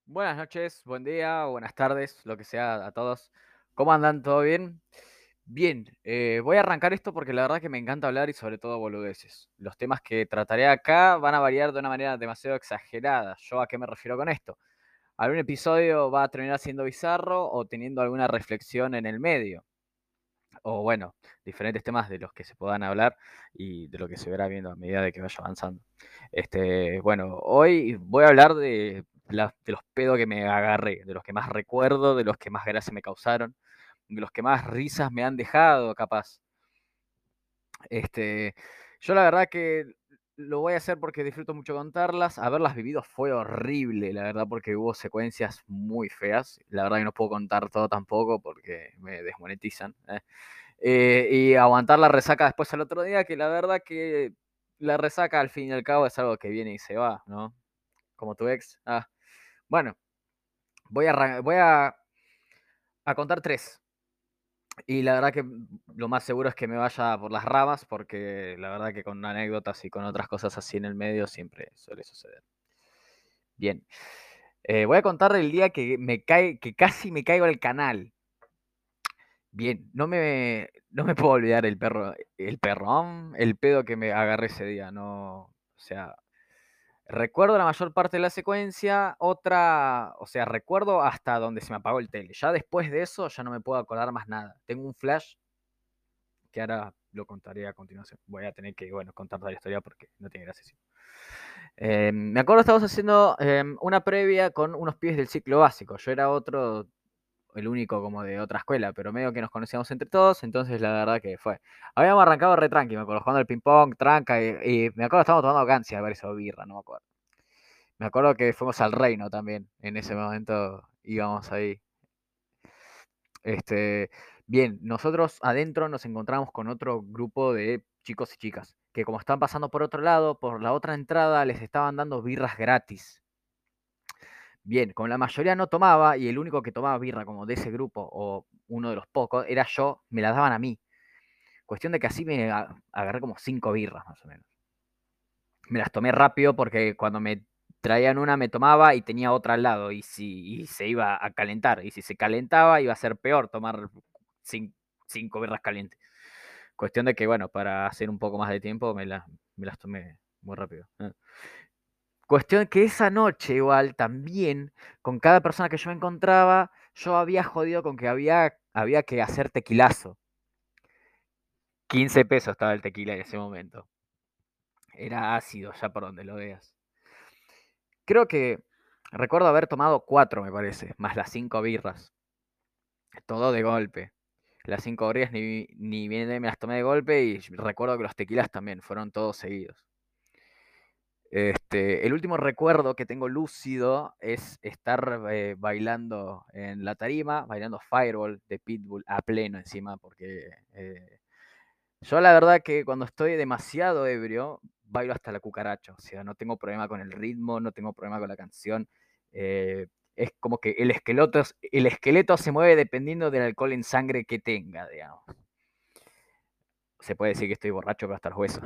Buenas noches, buen día, buenas tardes, lo que sea a todos. ¿Cómo andan? ¿Todo bien? Bien, voy a arrancar esto porque la verdad que me encanta hablar y sobre todo boludeces. Los temas que trataré acá van a variar de una manera demasiado exagerada. ¿Yo a qué me refiero con esto? Algún episodio va a terminar siendo bizarro o teniendo alguna reflexión en el medio. O bueno, diferentes temas de los que se puedan hablar y de lo que se verá viendo a medida de que vaya avanzando. Bueno, hoy voy a hablar de los pedos que me agarré, de los que más recuerdo, de los que más gracia me causaron, de los que más risas me han dejado, capaz. Este, yo la verdad que lo voy a hacer porque disfruto mucho contarlas. Haberlas vivido fue horrible, la verdad, porque hubo secuencias muy feas. La verdad que no puedo contar todo tampoco porque me desmonetizan. Y aguantar la resaca después al otro día, que la verdad que la resaca al fin y al cabo es algo que viene y se va, ¿no? Como tu ex. Bueno, voy a contar tres. Y la verdad que lo más seguro es que me vaya por las ramas, porque la verdad que con anécdotas y con otras cosas así en el medio siempre suele suceder. Bien. Voy a contar el día que casi me caigo al canal. Bien, no me puedo olvidar el pedo que me agarré ese día, no, o sea, recuerdo la mayor parte de la secuencia, recuerdo hasta donde se me apagó el tele. Ya después de eso ya no me puedo acordar más nada. Tengo un flash que ahora lo contaré a continuación. Voy a tener que, bueno, contar toda la historia porque no tiene gracia. Me acuerdo estábamos haciendo una previa con unos pibes del ciclo básico. Yo era el único como de otra escuela, pero medio que nos conocíamos entre todos, entonces la verdad que fue. Habíamos arrancado re tranqui, me acuerdo, jugando al ping-pong, tranca, y me acuerdo estábamos tomando gancia, a ver eso, birra, no me acuerdo. Me acuerdo que fuimos al Reino también, en ese momento íbamos ahí. Este, bien, nosotros adentro nos encontramos con otro grupo de chicos y chicas, que como están pasando por otro lado, por la otra entrada, les estaban dando birras gratis. Bien, como la mayoría no tomaba y el único que tomaba birra como de ese grupo o uno de los pocos era yo, me la daban a mí. Cuestión de que así me agarré como 5 birras más o menos. Me las tomé rápido porque cuando me traían una me tomaba y tenía otra al lado y se iba a calentar. Y si se calentaba iba a ser peor tomar 5 birras calientes. Cuestión de que, bueno, para hacer un poco más de tiempo me las tomé muy rápido. Cuestión que esa noche igual también, con cada persona que yo me encontraba, yo había jodido con que había que hacer tequilazo. 15 pesos estaba el tequila en ese momento. Era ácido ya por donde lo veas. Creo que recuerdo haber tomado 4, me parece, más las 5 birras. Todo de golpe. Las 5 birras ni bien me las tomé de golpe y recuerdo que los tequilas también fueron todos seguidos. El último recuerdo que tengo lúcido es estar bailando en la tarima, bailando Fireball de Pitbull a pleno encima, porque yo la verdad que cuando estoy demasiado ebrio, bailo hasta la cucaracha, o sea, no tengo problema con el ritmo, no tengo problema con la canción. Es como que el esqueleto se mueve dependiendo del alcohol en sangre que tenga, digamos. Se puede decir que estoy borracho pero hasta los huesos.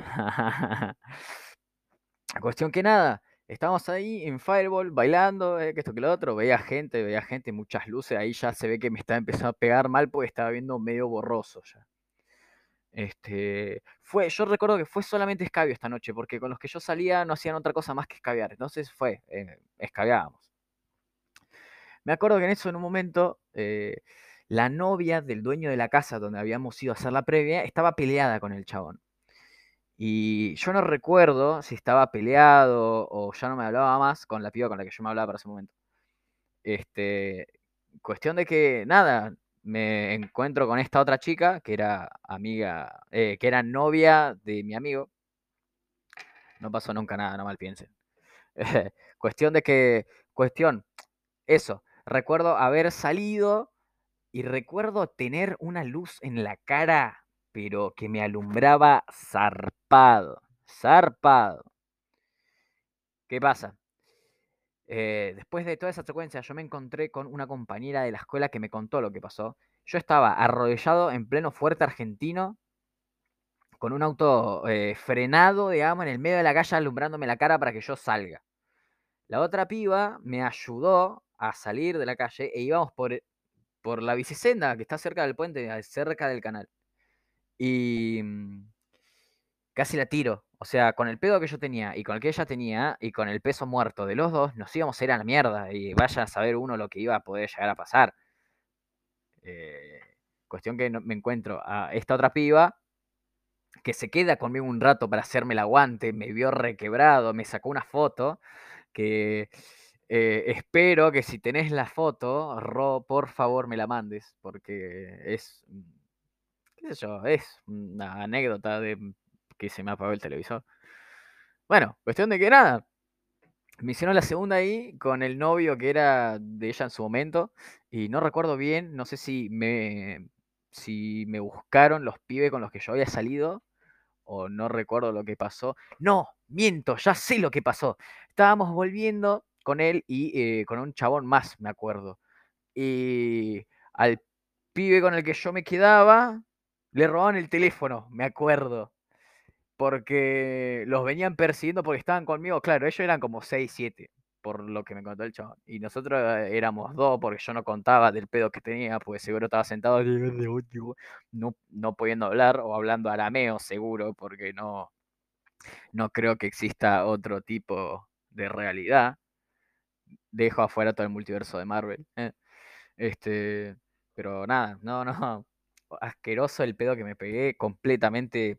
Cuestión que nada, estábamos ahí en Fireball bailando, que esto que lo otro, veía gente, muchas luces, ahí ya se ve que me estaba empezando a pegar mal porque estaba viendo medio borroso ya. Yo recuerdo que fue solamente escabio esta noche, porque con los que yo salía no hacían otra cosa más que escabiar, entonces escabiábamos. Me acuerdo que en un momento, la novia del dueño de la casa donde habíamos ido a hacer la previa estaba peleada con el chabón. Y yo no recuerdo si estaba peleado o ya no me hablaba más con la piba con la que yo me hablaba para ese momento. Este, Cuestión de que, nada, me encuentro con esta otra chica que era amiga, que era novia de mi amigo. No pasó nunca nada, no mal piensen. Cuestión de que, cuestión, eso, recuerdo haber salido y recuerdo tener una luz en la cara, pero que me alumbraba zarpado, zarpado. ¿Qué pasa? Después de toda esa secuencia, yo me encontré con una compañera de la escuela que me contó lo que pasó. Yo estaba arrodillado en pleno fuerte argentino, con un auto frenado, digamos, en el medio de la calle alumbrándome la cara para que yo salga. La otra piba me ayudó a salir de la calle e íbamos por la bicicenda que está cerca del puente, cerca del canal. Y casi la tiro. O sea, con el pedo que yo tenía y con el que ella tenía y con el peso muerto de los dos, nos íbamos a ir a la mierda. Y vaya a saber uno lo que iba a poder llegar a pasar. Cuestión que me encuentro a esta otra piba que se queda conmigo un rato para hacerme el aguante, me vio requebrado, me sacó una foto que espero que si tenés la foto, por favor me la mandes, porque es, qué sé yo, es una anécdota de que se me apagó el televisor. Bueno, cuestión de que nada, me hicieron la segunda ahí con el novio que era de ella en su momento, y no recuerdo bien, no sé si me buscaron los pibes con los que yo había salido, o no recuerdo lo que pasó. No, miento, ya sé lo que pasó. Estábamos volviendo con él y con un chabón más, me acuerdo. Y al pibe con el que yo me quedaba, le robaban el teléfono, me acuerdo. Porque los venían persiguiendo porque estaban conmigo. Claro, ellos eran como 6 7 por lo que me contó el chabón. Y nosotros éramos dos, porque yo no contaba del pedo que tenía, pues seguro estaba sentado no pudiendo hablar o hablando arameo, seguro, porque no creo que exista otro tipo de realidad. Dejo afuera todo el multiverso de Marvel. Este, pero nada, no. Asqueroso el pedo que me pegué, completamente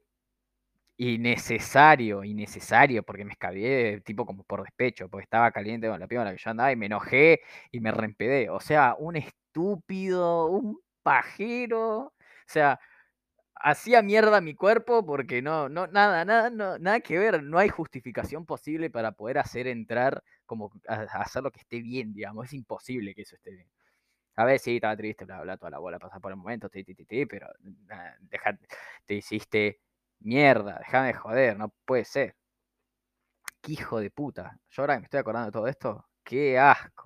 innecesario, porque me escabié tipo como por despecho, porque estaba caliente con la piba con la que yo andaba y me enojé y me reempedé. O sea, un estúpido, un pajero. O sea, hacía mierda mi cuerpo porque nada que ver, no hay justificación posible para poder hacer entrar, como hacer lo que esté bien, digamos, es imposible que eso esté bien. A ver, sí, estaba triste, bla, bla, toda la bola pasar por el momento, pero te hiciste mierda, déjame de joder, no puede ser. Qué hijo de puta. Yo ahora que me estoy acordando de todo esto, qué asco.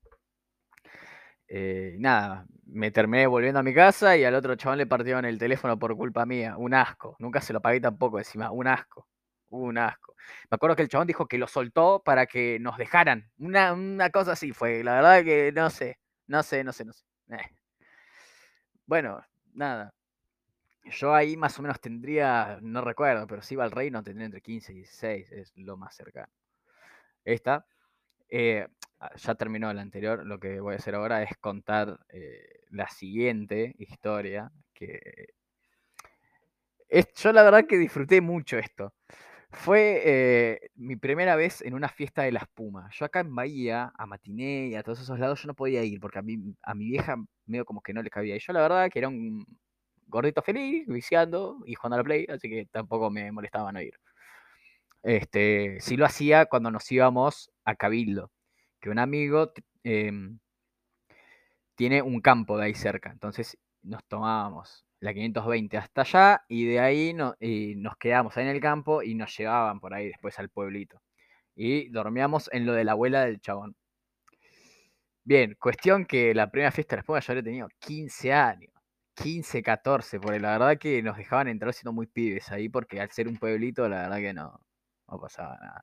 Nada, me terminé volviendo a mi casa y al otro chabón le partieron el teléfono por culpa mía. Un asco. Nunca se lo pagué tampoco encima. Un asco. Un asco. Me acuerdo que el chabón dijo que lo soltó para que nos dejaran. Una cosa así fue. La verdad que no sé. No sé. Bueno, nada. Yo ahí más o menos tendría, no recuerdo, pero si iba al reino tendría entre 15 y 16, es lo más cercano. Esta, ya terminó la anterior, lo que voy a hacer ahora es contar la siguiente historia, que yo la verdad que disfruté mucho esto. Fue mi primera vez en una fiesta de las Pumas. Yo acá en Bahía, a Matiné y a todos esos lados, yo no podía ir porque a mi vieja medio como que no le cabía. Y yo la verdad que era un gordito feliz, viciando y jugando a la Play, así que tampoco me molestaba no ir. Sí lo hacía cuando nos íbamos a Cabildo, que un amigo tiene un campo de ahí cerca, entonces nos tomábamos la 520 hasta allá y de ahí nos quedábamos ahí en el campo y nos llevaban por ahí después al pueblito. Y dormíamos en lo de la abuela del chabón. Bien, cuestión que la primera fiesta de la espuela yo habría tenido 15 años. 15, 14, porque la verdad que nos dejaban entrar siendo muy pibes ahí, porque al ser un pueblito, la verdad que no pasaba nada.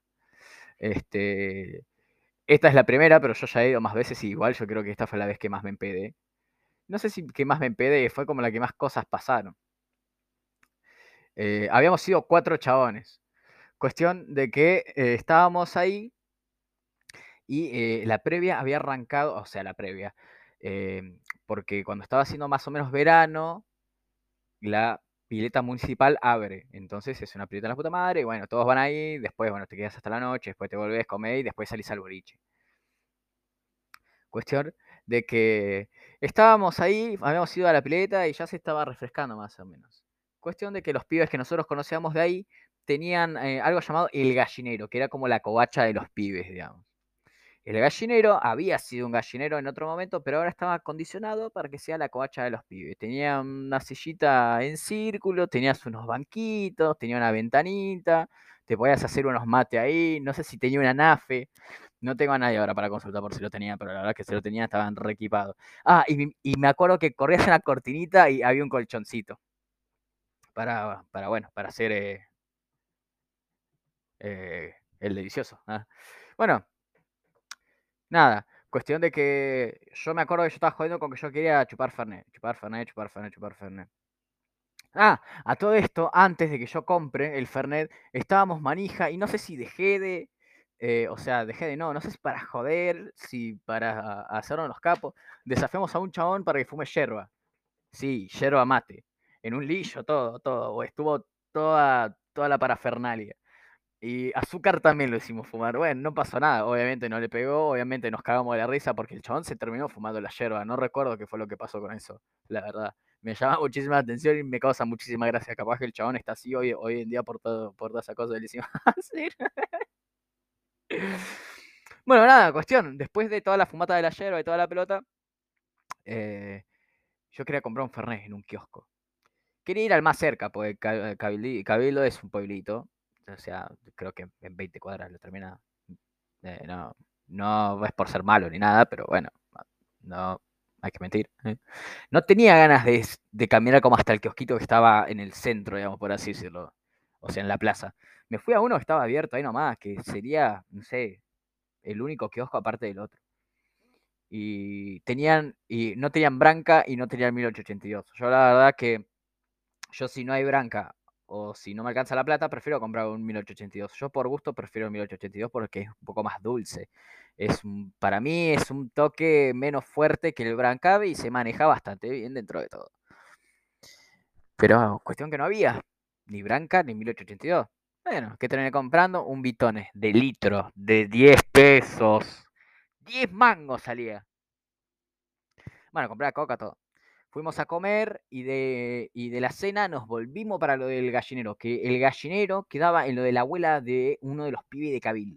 Esta es la primera, pero yo ya he ido más veces y igual yo creo que esta fue la vez que más me empedé. No sé si que más me empedé, fue como la que más cosas pasaron. Habíamos sido 4 chabones. Cuestión de que estábamos ahí y la previa había arrancado, o sea, la previa, porque cuando estaba haciendo más o menos verano, la pileta municipal abre. Entonces es una pileta de la puta madre, y bueno, todos van ahí, después, bueno, te quedas hasta la noche, después te volvés, comés y después salís al boliche. Cuestión de que estábamos ahí, habíamos ido a la pileta y ya se estaba refrescando más o menos. Cuestión de que los pibes que nosotros conocíamos de ahí tenían algo llamado el gallinero, que era como la covacha de los pibes, digamos. El gallinero había sido un gallinero en otro momento, pero ahora estaba acondicionado para que sea la covacha de los pibes. Tenía una sillita en círculo, tenías unos banquitos, tenía una ventanita, te podías hacer unos mates ahí, no sé si tenía una nafe, no tengo a nadie ahora para consultar por si lo tenía, pero la verdad es que si lo tenía estaban re equipados. Ah, y me acuerdo que corrías una cortinita y había un colchoncito bueno, para hacer el delicioso. Bueno, nada. Cuestión de que yo me acuerdo que yo estaba jodiendo con que yo quería chupar Fernet, chupar Fernet, chupar Fernet, chupar Fernet. Ah, a todo esto, antes de que yo compre el Fernet, estábamos manija y no sé si dejé de, o sea, dejé de no sé si para joder, si para hacernos los capos, desafiamos a un chabón para que fume yerba. Sí, yerba mate. En un lillo, todo, todo. Estuvo toda la parafernalia. Y azúcar también lo hicimos fumar. Bueno, no pasó nada. Obviamente no le pegó, obviamente nos cagamos de la risa porque el chabón se terminó fumando la yerba. No recuerdo qué fue lo que pasó con eso, la verdad. Me llama muchísima atención y me causa muchísima gracia. Capaz que el chabón está así hoy en día por toda esa cosa. Y le decimos, sí. Bueno, nada, cuestión. Después de toda la fumata de la yerba y toda la pelota, eh, yo quería comprar un Fernet en un kiosco. Quería ir al más cerca, porque Cabildo es un pueblito. O sea, creo que en 20 cuadras lo termina. No, no es por ser malo ni nada, pero bueno, no hay que mentir. No tenía ganas de caminar como hasta el kiosquito que estaba en el centro, digamos, por así decirlo. O sea, en la plaza. Me fui a uno que estaba abierto ahí nomás, que sería, no sé, el único kiosco aparte del otro. Y no tenían Branca y no tenían 1882. Yo la verdad que yo si no hay Branca o si no me alcanza la plata, prefiero comprar un 1882. Yo por gusto prefiero el 1882 porque es un poco más dulce. Para mí es un toque menos fuerte que el Brancavi y se maneja bastante bien dentro de todo. Pero cuestión que no había ni Branca ni 1882. Bueno, ¿qué terminé comprando? Un Bitones de litro de 10 pesos. 10 mangos salía. Bueno, compré la coca, todo. Fuimos a comer y de la cena nos volvimos para lo del gallinero, que el gallinero quedaba en lo de la abuela de uno de los pibes de Cabildo.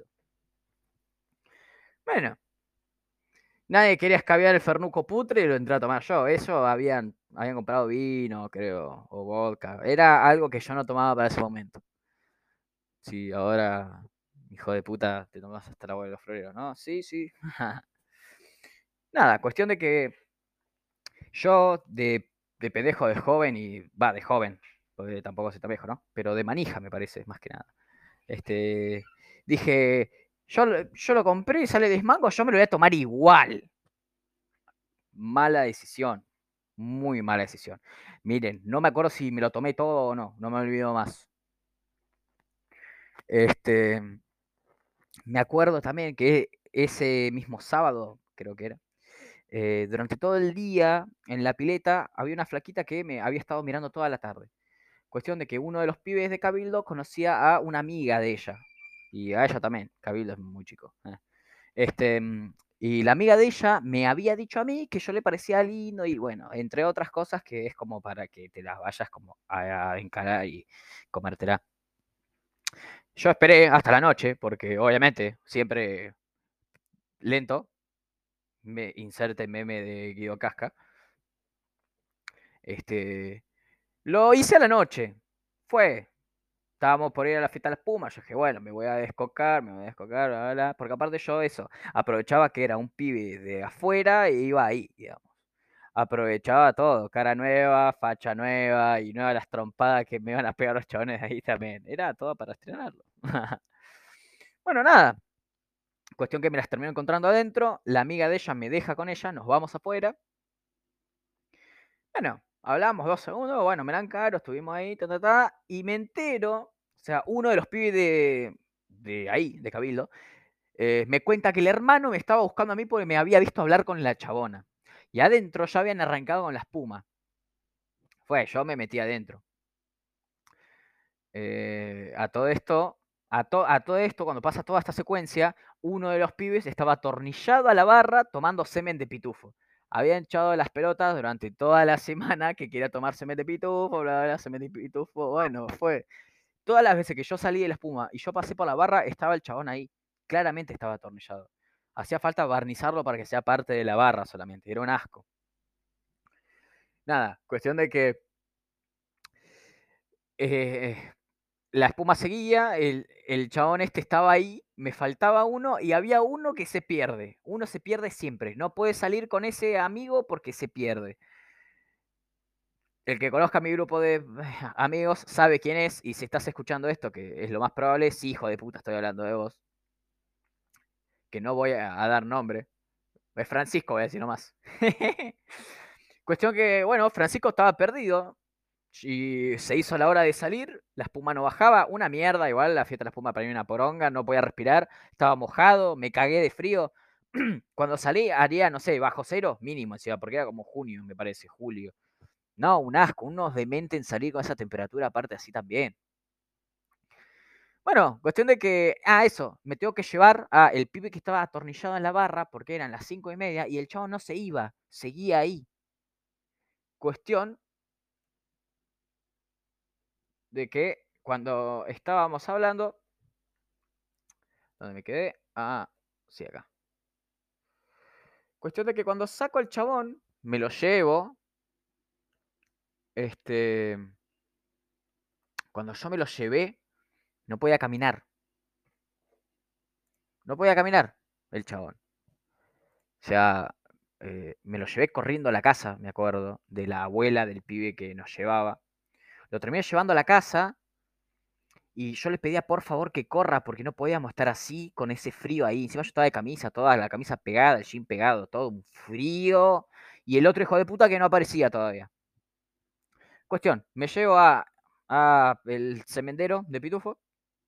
Bueno, nadie quería escabiar el fernuco putre y lo entré a tomar yo. Eso habían comprado vino, creo, o vodka. Era algo que yo no tomaba para ese momento. Sí, ahora, hijo de puta, te tomas hasta la abuela de los floreros, ¿no? Sí, sí. Nada, cuestión de que yo de pendejo de joven y va, de joven, porque tampoco soy tan viejo, ¿no? Pero de manija me parece, más que nada. Este, dije, yo lo compré y sale desmango, yo me lo voy a tomar igual. Mala decisión, muy mala decisión. Miren, no me acuerdo si me lo tomé todo o no, no me olvido más. Este, me acuerdo también que ese mismo sábado, creo que era, durante todo el día en la pileta había una flaquita que me había estado mirando toda la tarde. Cuestión de que uno de los pibes de Cabildo conocía a una amiga de ella. Y a ella también. Cabildo es muy chico. Este, y la amiga de ella me había dicho a mí que yo le parecía lindo y bueno, entre otras cosas que es como para que te las vayas como a encarar y comértela. Yo esperé hasta la noche, porque obviamente siempre lento, me inserte meme de Guido Casca. Lo hice a la noche. Fue, estábamos por ir a la fiesta de la espuma, yo dije, bueno, me voy a descocar, bla, bla, bla, porque aparte yo eso, aprovechaba que era un pibe de afuera e iba ahí, digamos. Aprovechaba todo, cara nueva, facha nueva y nuevas las trompadas que me iban a pegar los chabones ahí también. Era todo para estrenarlo. Bueno, nada, cuestión que me las termino encontrando adentro, la amiga de ella me deja con ella, nos vamos afuera. Bueno, hablamos 2 segundos, bueno, me dan caro, estuvimos ahí, y me entero, o sea, uno de los pibes de ahí, de Cabildo, me cuenta que el hermano me estaba buscando a mí porque me había visto hablar con la chabona. Y adentro ya habían arrancado con la espuma. Yo me metí adentro. A todo esto, a todo esto, cuando pasa toda esta secuencia, uno de los pibes estaba atornillado a la barra tomando semen de pitufo. Había echado las pelotas durante toda la semana que quería tomar semen de pitufo, bla, bla, semen de pitufo. Bueno, fue. Todas las veces que yo salí de la espuma y yo pasé por la barra, estaba el chabón ahí. Claramente estaba atornillado. Hacía falta barnizarlo para que sea parte de la barra solamente. Era un asco. Nada, cuestión de que eh, la espuma seguía, el chabón este estaba ahí, me faltaba uno y había uno que se pierde. Uno se pierde siempre. No puede salir con ese amigo porque se pierde. El que conozca mi grupo de amigos sabe quién es y si estás escuchando esto, que es lo más probable, sí, hijo de puta, estoy hablando de vos. Que no voy a dar nombre. Es Francisco, voy a decir nomás. Cuestión que, bueno, Francisco estaba perdido. Y se hizo la hora de salir, la espuma no bajaba, una mierda, igual la fiesta de la espuma para mí una poronga, no podía respirar, estaba mojado, me cagué de frío. Cuando salí haría, no sé, bajo cero, mínimo, encima, porque era como junio, me parece, julio. No, un asco, unos demente en salir con esa temperatura aparte así también. Bueno, cuestión de que, eso, me tengo que llevar a el pibe que estaba atornillado en la barra, porque eran las 5:30, y el chavo no se iba, seguía ahí. Cuestión de que cuando estábamos hablando, ¿dónde me quedé? Ah, sí, acá. Cuestión de que cuando saco al chabón, me lo llevo. Este. Cuando yo me lo llevé, no podía caminar. No podía caminar el chabón. O sea, me lo llevé corriendo a la casa, me acuerdo, de la abuela del pibe que nos llevaba. Lo terminé llevando a la casa y yo le pedía por favor que corra porque no podíamos estar así con ese frío ahí. Encima yo estaba de camisa, toda la camisa pegada, el jean pegado, todo un frío. Y el otro hijo de puta que no aparecía todavía. Cuestión, me llevo a el cementerio de Pitufo.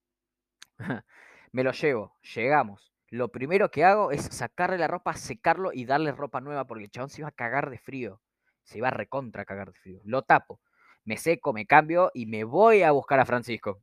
Me lo llevo, llegamos. Lo primero que hago es sacarle la ropa, secarlo y darle ropa nueva porque el chabón se iba a cagar de frío. Se iba a recontra cagar de frío. Lo tapo, me seco, me cambio y me voy a buscar a Francisco.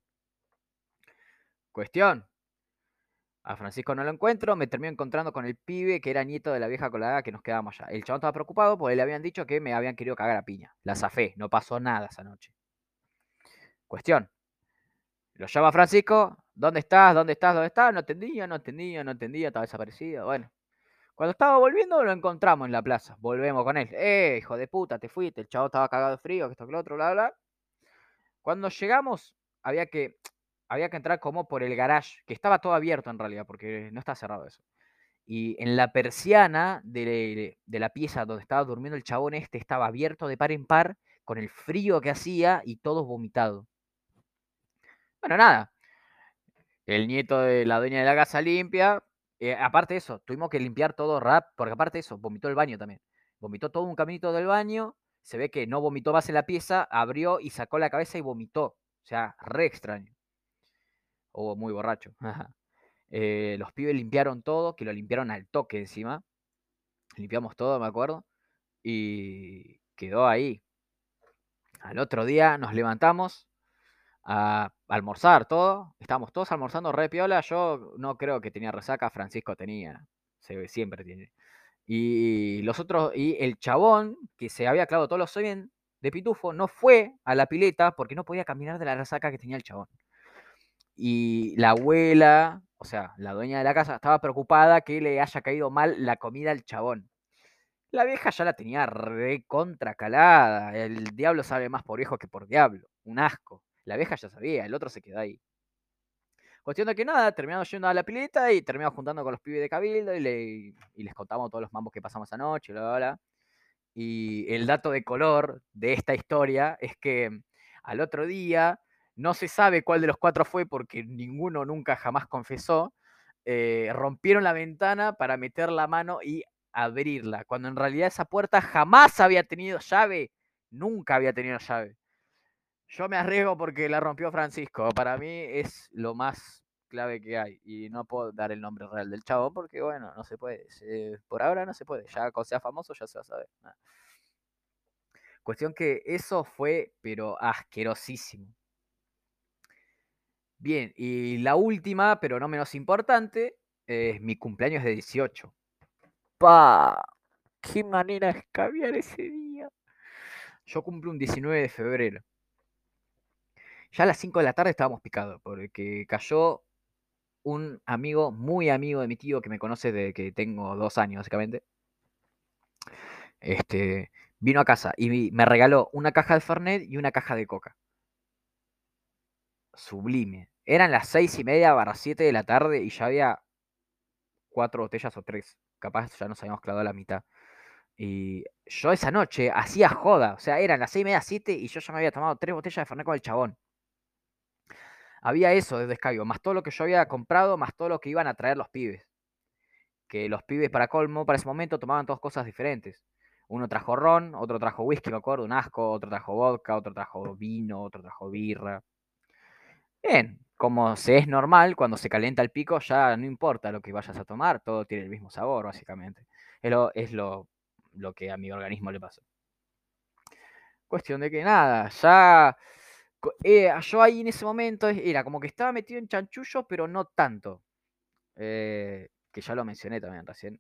Cuestión. A Francisco no lo encuentro, me termino encontrando con el pibe que era nieto de la vieja colada que nos quedábamos allá. El chabón estaba preocupado porque le habían dicho que me habían querido cagar a piña. La zafé, no pasó nada esa noche. Cuestión. Lo llama Francisco, ¿dónde estás? ¿Dónde estás? ¿Dónde estás? No entendía, no entendía, no entendía, estaba desaparecido. Bueno, cuando estaba volviendo lo encontramos en la plaza. Volvemos con él. Hijo de puta, te fuiste. El chavo estaba cagado de frío, que esto, que lo otro, bla, bla. Cuando llegamos, había que entrar como por el garage, que estaba todo abierto en realidad, porque no está cerrado eso. Y en la persiana de la pieza donde estaba durmiendo el chabón este estaba abierto de par en par, con el frío que hacía y todo vomitado. Bueno, nada, el nieto de la dueña de la casa limpia. Aparte de eso, tuvimos que limpiar todo rap, porque aparte de eso, vomitó el baño también. Vomitó todo un caminito del baño, se ve que no vomitó más en la pieza, abrió y sacó la cabeza y vomitó. O sea, re extraño. O muy borracho. Los pibes limpiaron todo, que lo limpiaron al toque encima. Limpiamos todo, me acuerdo. Y quedó ahí. Al otro día nos levantamos a almorzar todo. Estábamos todos almorzando re piola. Yo no creo que tenía resaca, Francisco tenía. Siempre tiene. Y los otros, y el chabón que se había clavado todos los soyen de pitufo no fue a la pileta porque no podía caminar de la resaca que tenía el chabón. Y la abuela, o sea, la dueña de la casa, estaba preocupada que le haya caído mal la comida al chabón. La vieja ya la tenía re contracalada. El diablo sabe más por viejo que por diablo. Un asco. La vieja ya sabía, el otro se quedó ahí. Cuestión de que nada, terminamos yendo a la pileta y terminamos juntando con los pibes de Cabildo y les contamos todos los mambos que pasamos anoche, bla, bla, bla. Y el dato de color de esta historia es que al otro día no se sabe cuál de los cuatro fue porque ninguno nunca jamás confesó. Rompieron la ventana para meter la mano y abrirla, cuando en realidad esa puerta jamás había tenido llave, nunca había tenido llave. Yo me arriesgo porque la rompió Francisco. Para mí es lo más clave que hay. Y no puedo dar el nombre real del chavo porque, bueno, no se puede. Por ahora no se puede. Ya cuando sea famoso ya se va a saber. Cuestión que eso fue, pero asquerosísimo. Bien, y la última, pero no menos importante, es mi cumpleaños de 18. ¡Pa! ¡Qué manera de escabiar ese día! Yo cumplo un 19 de febrero. Ya a las 5 de la tarde estábamos picados, porque cayó un amigo, muy amigo de mi tío, que me conoce desde que tengo 2 años, básicamente. Vino a casa y me regaló una caja de Fernet y una caja de Coca. Sublime. Eran las 6:30/7 de la tarde y ya había 4 botellas o 3. Capaz ya nos habíamos clavado a la mitad. Y yo esa noche hacía joda. O sea, eran las 6:30, 7 y yo ya me había tomado 3 botellas de Fernet con el chabón. Había eso de descargo, más todo lo que yo había comprado, más todo lo que iban a traer los pibes. que los pibes para colmo, para ese momento tomaban todas cosas diferentes. Uno trajo ron, otro trajo whisky, me acuerdo, un asco, otro trajo vodka, otro trajo vino, otro trajo birra. Bien, como se es normal, cuando se calienta el pico ya no importa lo que vayas a tomar, todo tiene el mismo sabor, básicamente. Es lo que a mi organismo le pasó. Cuestión de que nada, ya yo ahí en ese momento era como que estaba metido en chanchullo, pero no tanto. Que ya lo mencioné también recién.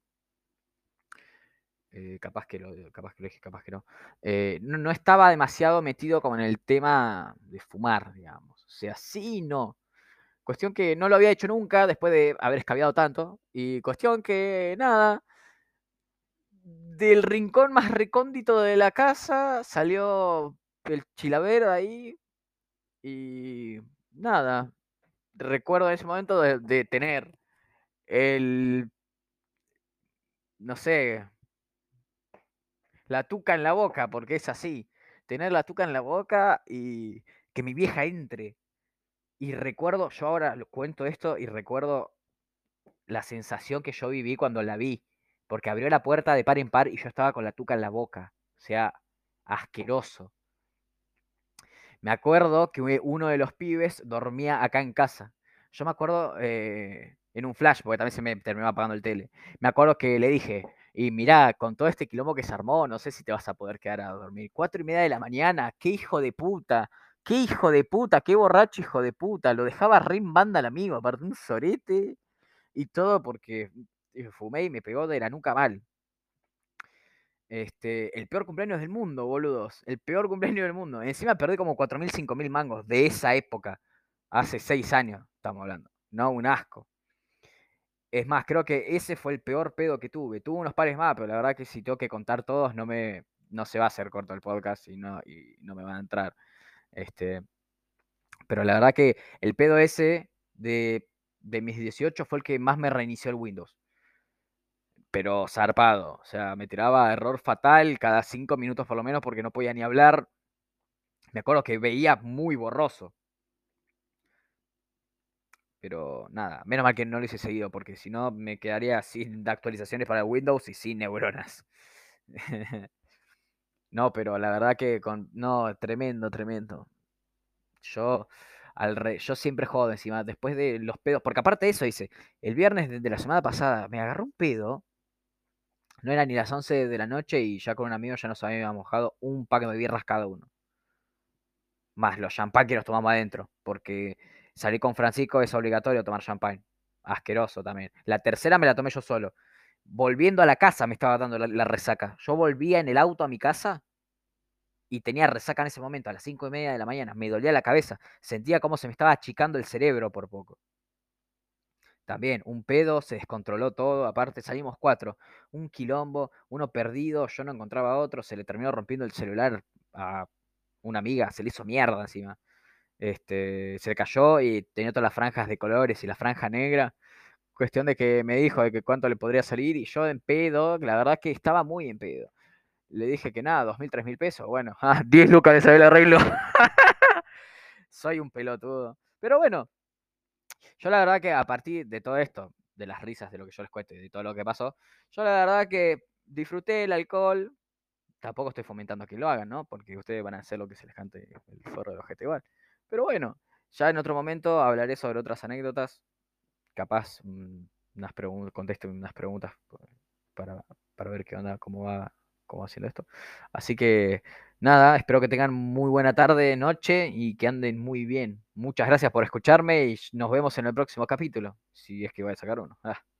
Capaz que lo dije, capaz que no. No estaba demasiado metido como en el tema de fumar, digamos. O sea, sí, no. Cuestión que no lo había hecho nunca después de haber escabiado tanto. Y cuestión que nada, del rincón más recóndito de la casa salió el chilavero ahí. Y nada, recuerdo en ese momento de tener el, no sé, la tuca en la boca, porque es así. Tener la tuca en la boca y que mi vieja entre. Y recuerdo, yo ahora cuento esto y recuerdo la sensación que yo viví cuando la vi. Porque abrió la puerta de par en par y yo estaba con la tuca en la boca. O sea, asqueroso. Me acuerdo que uno de los pibes dormía acá en casa. Yo me acuerdo en un flash, porque también se me terminó apagando el tele. Me acuerdo que le dije, y mirá, con todo este quilombo que se armó, no sé si te vas a poder quedar a dormir. 4:30 de la mañana, qué hijo de puta, qué hijo de puta, qué borracho hijo de puta. Lo dejaba re en banda al amigo, aparte un sorete y todo porque fumé y me pegó de la nuca mal. El peor cumpleaños del mundo, boludos. El peor cumpleaños del mundo. Encima perdí como 4.000, 5.000 mangos de esa época. Hace 6 años, estamos hablando. No, un asco. Es más, creo que ese fue el peor pedo que tuve. Tuve unos pares más, pero la verdad que si tengo que contar todos, no se va a hacer corto el podcast y no me van a entrar. Este, pero la verdad que el pedo ese de mis 18 fue el que más me reinició el Windows. Pero zarpado. O sea, me tiraba error fatal cada 5 minutos por lo menos porque no podía ni hablar. Me acuerdo que veía muy borroso. Pero nada, menos mal que no lo hice seguido porque si no me quedaría sin actualizaciones para Windows y sin neuronas. No, pero la verdad que no, tremendo, tremendo. Yo, yo siempre jodo encima, después de los pedos, porque aparte de eso hice, el viernes de la semana pasada me agarró un pedo. No era ni las 11 de la noche y ya con un amigo ya nos habíamos mojado un pack de birras cada uno. Más los champán que nos tomamos adentro, porque salir con Francisco es obligatorio tomar champán. Asqueroso también. La tercera me la tomé yo solo. Volviendo a la casa me estaba dando la resaca. Yo volvía en el auto a mi casa y tenía resaca en ese momento, a las 5:30 de la mañana. Me dolía la cabeza. Sentía como se me estaba achicando el cerebro por poco. También, un pedo, se descontroló todo. Aparte, salimos 4. Un quilombo, uno perdido, yo no encontraba a otro. Se le terminó rompiendo el celular a una amiga, se le hizo mierda encima. Se le cayó y tenía todas las franjas de colores y la franja negra. Cuestión de que me dijo de que cuánto le podría salir y yo en pedo, la verdad que estaba muy en pedo. Le dije que nada, 2.000, 3.000 pesos. Bueno, 10 lucas de saber el arreglo. Soy un pelotudo. Pero bueno, yo la verdad que a partir de todo esto, de las risas, de lo que yo les cuento y de todo lo que pasó, yo la verdad que disfruté el alcohol. Tampoco estoy fomentando que lo hagan, ¿no? Porque ustedes van a hacer lo que se les cante el forro de ojete igual. Pero bueno, ya en otro momento hablaré sobre otras anécdotas. Capaz contesto unas preguntas para, para ver qué onda, cómo va haciendo esto. Así que nada, espero que tengan muy buena tarde, noche y que anden muy bien. Muchas gracias por escucharme y nos vemos en el próximo capítulo, si es que voy a sacar uno.